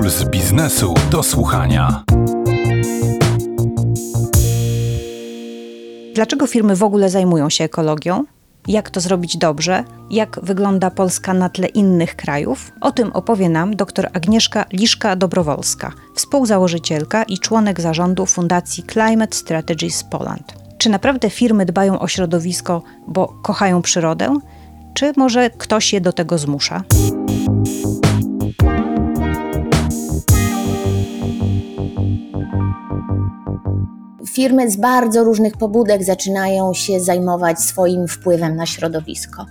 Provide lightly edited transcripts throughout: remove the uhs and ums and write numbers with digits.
z biznesu do słuchania. Dlaczego firmy w ogóle zajmują się ekologią? Jak to zrobić dobrze? Jak wygląda Polska na tle innych krajów? O tym opowie nam dr Agnieszka Liszka-Dobrowolska, współzałożycielka i członek zarządu Fundacji Climate Strategies Poland. Czy naprawdę firmy dbają o środowisko, bo kochają przyrodę? Czy może ktoś je do tego zmusza? Firmy z bardzo różnych pobudek zaczynają się zajmować swoim wpływem na środowisko.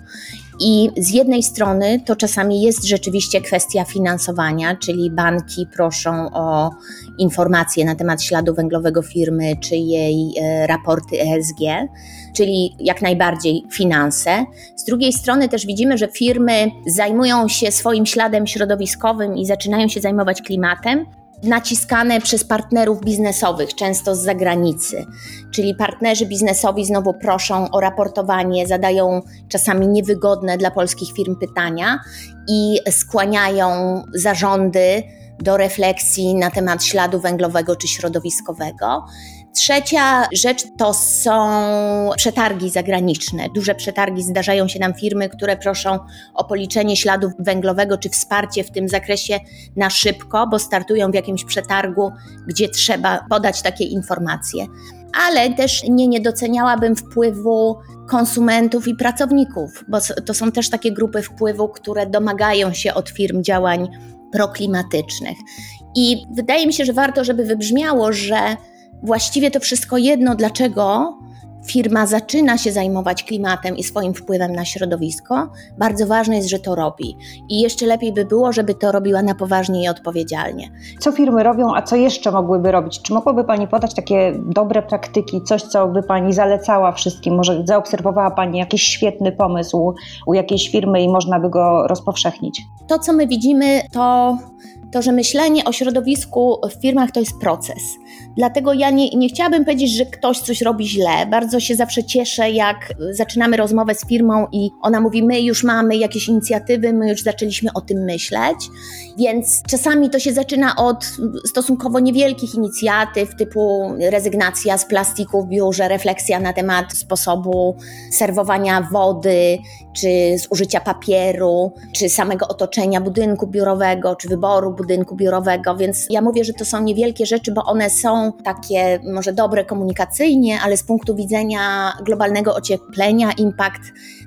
I z jednej strony to czasami jest rzeczywiście kwestia finansowania, czyli banki proszą o informacje na temat śladu węglowego firmy czy jej raporty ESG, czyli jak najbardziej finanse. Z drugiej strony też widzimy, że firmy zajmują się swoim śladem środowiskowym i zaczynają się zajmować klimatem, naciskane przez partnerów biznesowych, często z zagranicy. Czyli partnerzy biznesowi znowu proszą o raportowanie, zadają czasami niewygodne dla polskich firm pytania i skłaniają zarządy do refleksji na temat śladu węglowego czy środowiskowego. Trzecia rzecz to są przetargi zagraniczne. Duże przetargi, zdarzają się nam firmy, które proszą o policzenie śladu węglowego czy wsparcie w tym zakresie na szybko, bo startują w jakimś przetargu, gdzie trzeba podać takie informacje. Ale też nie doceniałabym wpływu konsumentów i pracowników, bo to są też takie grupy wpływu, które domagają się od firm działań proklimatycznych. I wydaje mi się, że warto, żeby wybrzmiało, że właściwie to wszystko jedno, dlaczego firma zaczyna się zajmować klimatem i swoim wpływem na środowisko. Bardzo ważne jest, że to robi. I jeszcze lepiej by było, żeby to robiła na poważnie i odpowiedzialnie. Co firmy robią, a co jeszcze mogłyby robić? Czy mogłaby Pani podać takie dobre praktyki, coś, co by Pani zalecała wszystkim? Może zaobserwowała Pani jakiś świetny pomysł u jakiejś firmy i można by go rozpowszechnić? To, co my widzimy, to że myślenie o środowisku w firmach to jest proces. Dlatego ja nie chciałabym powiedzieć, że ktoś coś robi źle. Bardzo się zawsze cieszę, jak zaczynamy rozmowę z firmą i ona mówi, my już mamy jakieś inicjatywy, my już zaczęliśmy o tym myśleć. Więc czasami to się zaczyna od stosunkowo niewielkich inicjatyw typu rezygnacja z plastiku w biurze, refleksja na temat sposobu serwowania wody, czy zużycia papieru, czy samego otoczenia budynku biurowego, czy wyboru budynku biurowego, więc ja mówię, że to są niewielkie rzeczy, bo one są takie może dobre komunikacyjnie, ale z punktu widzenia globalnego ocieplenia impact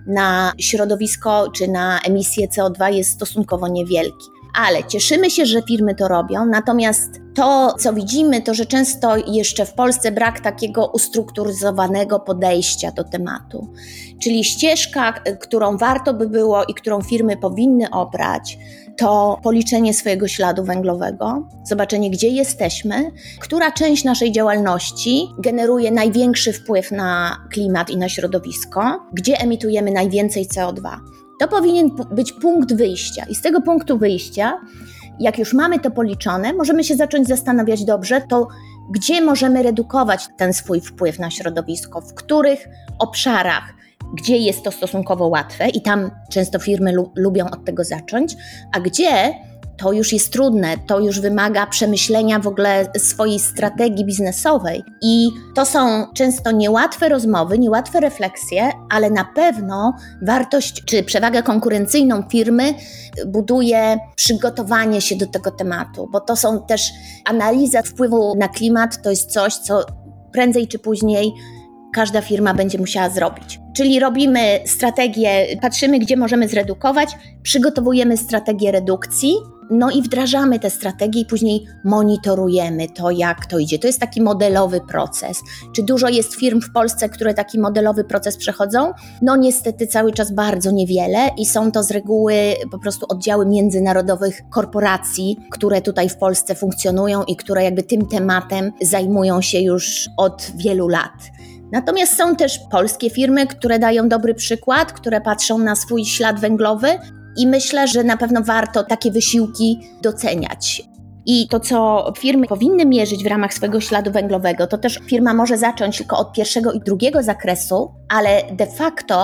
na środowisko czy na emisję CO2 jest stosunkowo niewielki. Ale cieszymy się, że firmy to robią, natomiast to, co widzimy, to że często jeszcze w Polsce brak takiego ustrukturyzowanego podejścia do tematu. Czyli ścieżka, którą warto by było i którą firmy powinny obrać, to policzenie swojego śladu węglowego, zobaczenie, gdzie jesteśmy, która część naszej działalności generuje największy wpływ na klimat i na środowisko, gdzie emitujemy najwięcej CO2. To powinien być punkt wyjścia i z tego punktu wyjścia, jak już mamy to policzone, możemy się zacząć zastanawiać dobrze, to gdzie możemy redukować ten swój wpływ na środowisko, w których obszarach, gdzie jest to stosunkowo łatwe i tam często firmy lubią od tego zacząć, a gdzie to już jest trudne, to już wymaga przemyślenia w ogóle swojej strategii biznesowej i to są często niełatwe rozmowy, niełatwe refleksje, ale na pewno wartość czy przewagę konkurencyjną firmy buduje przygotowanie się do tego tematu, bo to są też analiza wpływu na klimat, to jest coś, co prędzej czy później każda firma będzie musiała zrobić. Czyli robimy strategię, patrzymy, gdzie możemy zredukować, przygotowujemy strategię redukcji, no i wdrażamy te strategie i później monitorujemy to, jak to idzie. To jest taki modelowy proces. Czy dużo jest firm w Polsce, które taki modelowy proces przechodzą? No niestety cały czas bardzo niewiele i są to z reguły po prostu oddziały międzynarodowych korporacji, które tutaj w Polsce funkcjonują i które jakby tym tematem zajmują się już od wielu lat. Natomiast są też polskie firmy, które dają dobry przykład, które patrzą na swój ślad węglowy i myślę, że na pewno warto takie wysiłki doceniać. I to, co firmy powinny mierzyć w ramach swojego śladu węglowego, to też firma może zacząć tylko od pierwszego i drugiego zakresu, ale de facto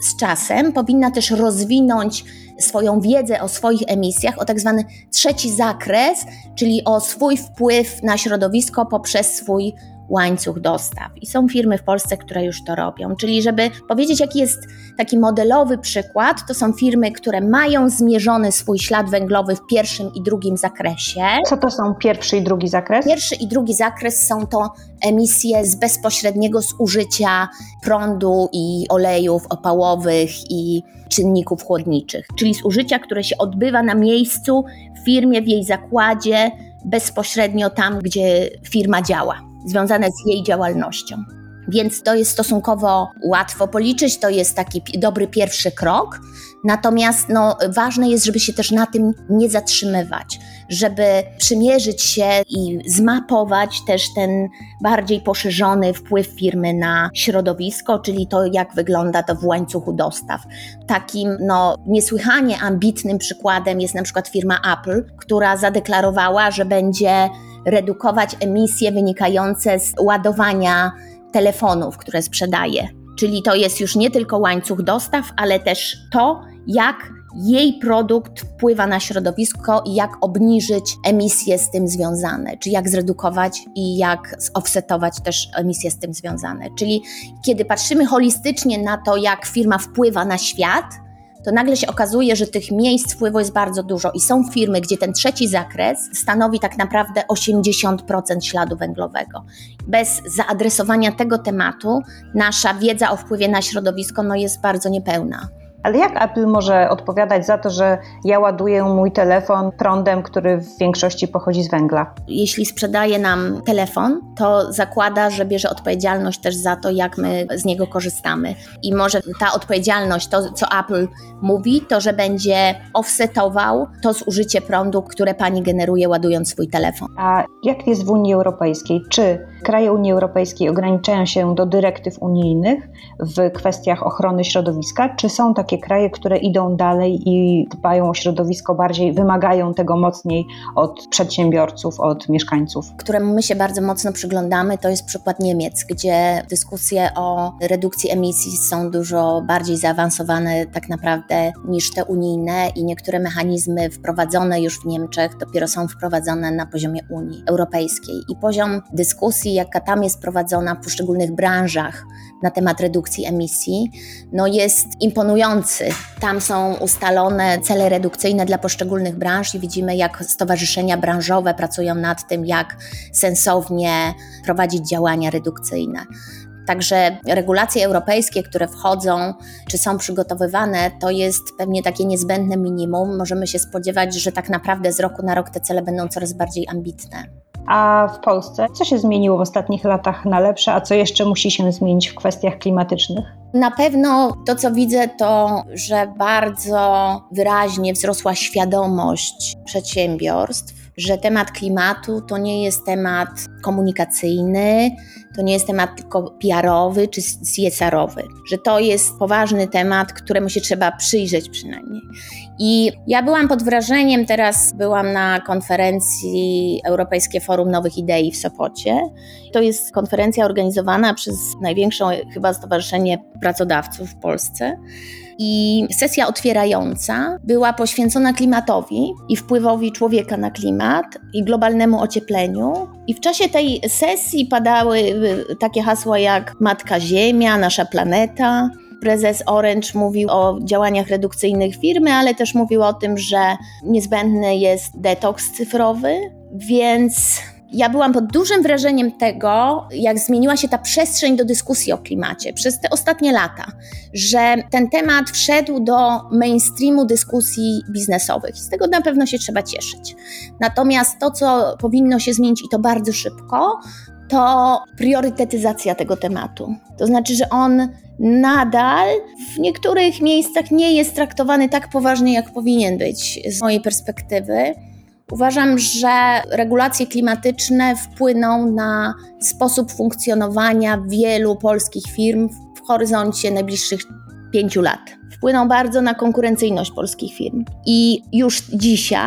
z czasem powinna też rozwinąć swoją wiedzę o swoich emisjach, o tak zwany trzeci zakres, czyli o swój wpływ na środowisko poprzez swój łańcuch dostaw. I są firmy w Polsce, które już to robią. Czyli żeby powiedzieć, jaki jest taki modelowy przykład, to są firmy, które mają zmierzony swój ślad węglowy w pierwszym i drugim zakresie. Co to są pierwszy i drugi zakres? Pierwszy i drugi zakres są to emisje z bezpośredniego zużycia prądu i olejów opałowych i czynników chłodniczych, czyli zużycia, które się odbywa na miejscu w firmie, w jej zakładzie, bezpośrednio tam, gdzie firma działa, związane z jej działalnością. Więc to jest stosunkowo łatwo policzyć, to jest taki dobry pierwszy krok. Natomiast ważne jest, żeby się też na tym nie zatrzymywać, żeby przymierzyć się i zmapować też ten bardziej poszerzony wpływ firmy na środowisko, czyli to, jak wygląda to w łańcuchu dostaw. Takim niesłychanie ambitnym przykładem jest na przykład firma Apple, która zadeklarowała, że będzie redukować emisje wynikające z ładowania telefonów, które sprzedaje. Czyli to jest już nie tylko łańcuch dostaw, ale też to, jak jej produkt wpływa na środowisko i jak obniżyć emisje z tym związane, czy jak zredukować i jak zoffsetować też emisje z tym związane. Czyli kiedy patrzymy holistycznie na to, jak firma wpływa na świat, to nagle się okazuje, że tych miejsc wpływu jest bardzo dużo i są firmy, gdzie ten trzeci zakres stanowi tak naprawdę 80% śladu węglowego. Bez zaadresowania tego tematu nasza wiedza o wpływie na środowisko jest bardzo niepełna. Ale jak Apple może odpowiadać za to, że ja ładuję mój telefon prądem, który w większości pochodzi z węgla? Jeśli sprzedaje nam telefon, to zakłada, że bierze odpowiedzialność też za to, jak my z niego korzystamy. I może ta odpowiedzialność, to co Apple mówi, to że będzie offsetował to zużycie prądu, które pani generuje ładując swój telefon. A jak jest w Unii Europejskiej? Czy kraje Unii Europejskiej ograniczają się do dyrektyw unijnych w kwestiach ochrony środowiska, czy są takie kraje, które idą dalej i dbają o środowisko bardziej, wymagają tego mocniej od przedsiębiorców, od mieszkańców? Któremu my się bardzo mocno przyglądamy, to jest przykład Niemiec, gdzie dyskusje o redukcji emisji są dużo bardziej zaawansowane tak naprawdę niż te unijne i niektóre mechanizmy wprowadzone już w Niemczech dopiero są wprowadzone na poziomie Unii Europejskiej. I poziom dyskusji, jaka tam jest prowadzona w poszczególnych branżach na temat redukcji emisji, jest imponujący. Tam są ustalone cele redukcyjne dla poszczególnych branż i widzimy, jak stowarzyszenia branżowe pracują nad tym, jak sensownie prowadzić działania redukcyjne. Także regulacje europejskie, które wchodzą, czy są przygotowywane, to jest pewnie takie niezbędne minimum. Możemy się spodziewać, że tak naprawdę z roku na rok te cele będą coraz bardziej ambitne. A w Polsce co się zmieniło w ostatnich latach na lepsze, a co jeszcze musi się zmienić w kwestiach klimatycznych? Na pewno to, co widzę, to, że bardzo wyraźnie wzrosła świadomość przedsiębiorstw, że temat klimatu to nie jest temat komunikacyjny, to nie jest temat tylko PR-owy czy CSR-owy, że to jest poważny temat, któremu się trzeba przyjrzeć przynajmniej. I ja byłam pod wrażeniem, teraz byłam na konferencji Europejskie Forum Nowych Idei w Sopocie. To jest konferencja organizowana przez największą chyba stowarzyszenie pracodawców w Polsce. I sesja otwierająca była poświęcona klimatowi i wpływowi człowieka na klimat i globalnemu ociepleniu. I w czasie tej sesji padały takie hasła jak Matka Ziemia, nasza planeta. Prezes Orange mówił o działaniach redukcyjnych firmy, ale też mówił o tym, że niezbędny jest detoks cyfrowy, więc ja byłam pod dużym wrażeniem tego, jak zmieniła się ta przestrzeń do dyskusji o klimacie przez te ostatnie lata, że ten temat wszedł do mainstreamu dyskusji biznesowych i z tego na pewno się trzeba cieszyć. Natomiast to, co powinno się zmienić i to bardzo szybko, to priorytetyzacja tego tematu. To znaczy, że on nadal w niektórych miejscach nie jest traktowany tak poważnie, jak powinien być z mojej perspektywy. Uważam, że regulacje klimatyczne wpłyną na sposób funkcjonowania wielu polskich firm w horyzoncie najbliższych 5 lat. Wpłyną bardzo na konkurencyjność polskich firm. I już dzisiaj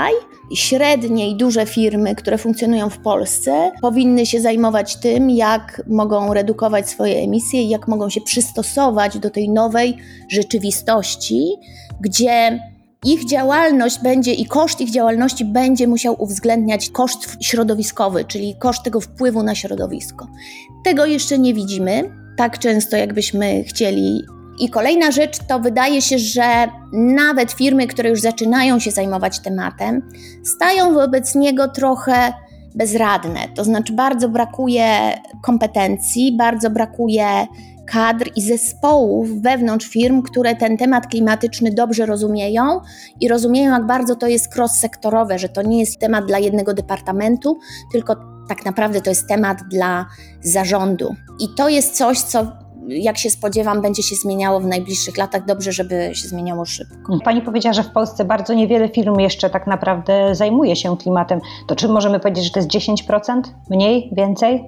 średnie i duże firmy, które funkcjonują w Polsce, powinny się zajmować tym, jak mogą redukować swoje emisje i jak mogą się przystosować do tej nowej rzeczywistości, gdzie ich działalność będzie i koszt ich działalności będzie musiał uwzględniać koszt środowiskowy, czyli koszt tego wpływu na środowisko. Tego jeszcze nie widzimy tak często, jakbyśmy chcieli. I kolejna rzecz to wydaje się, że nawet firmy, które już zaczynają się zajmować tematem, stają wobec niego trochę bezradne. To znaczy bardzo brakuje kompetencji, bardzo brakuje kadr i zespołów wewnątrz firm, które ten temat klimatyczny dobrze rozumieją i rozumieją, jak bardzo to jest cross-sektorowe, że to nie jest temat dla jednego departamentu, tylko tak naprawdę to jest temat dla zarządu. I to jest coś, co, jak się spodziewam, będzie się zmieniało w najbliższych latach. Dobrze, żeby się zmieniało szybko. Pani powiedziała, że w Polsce bardzo niewiele firm jeszcze tak naprawdę zajmuje się klimatem. To czy możemy powiedzieć, że to jest 10%? Mniej? Więcej?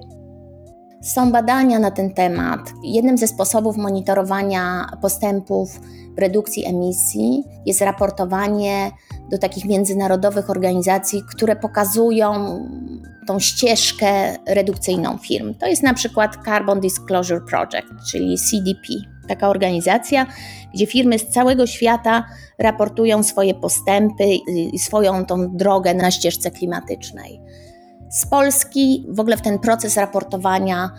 Są badania na ten temat. Jednym ze sposobów monitorowania postępów w redukcji emisji jest raportowanie do takich międzynarodowych organizacji, które pokazują tą ścieżkę redukcyjną firm. To jest na przykład Carbon Disclosure Project, czyli CDP. Taka organizacja, gdzie firmy z całego świata raportują swoje postępy i swoją tą drogę na ścieżce klimatycznej. Z Polski w ogóle w ten proces raportowania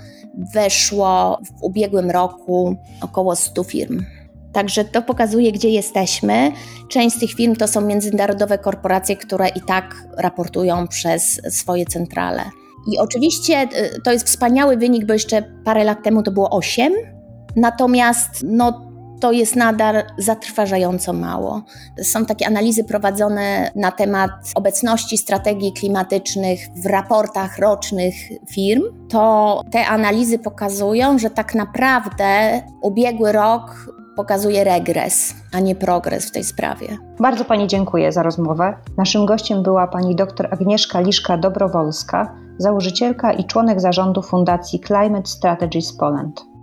weszło w ubiegłym roku około 100 firm. Także to pokazuje, gdzie jesteśmy. Część z tych firm to są międzynarodowe korporacje, które i tak raportują przez swoje centrale. I oczywiście to jest wspaniały wynik, bo jeszcze parę lat temu to było 8, natomiast to jest nadal zatrważająco mało. Są takie analizy prowadzone na temat obecności strategii klimatycznych w raportach rocznych firm. To te analizy pokazują, że tak naprawdę ubiegły rok pokazuje regres, a nie progres w tej sprawie. Bardzo Pani dziękuję za rozmowę. Naszym gościem była Pani dr Agnieszka Liszka-Dobrowolska, założycielka i członek zarządu Fundacji Climate Strategies Poland.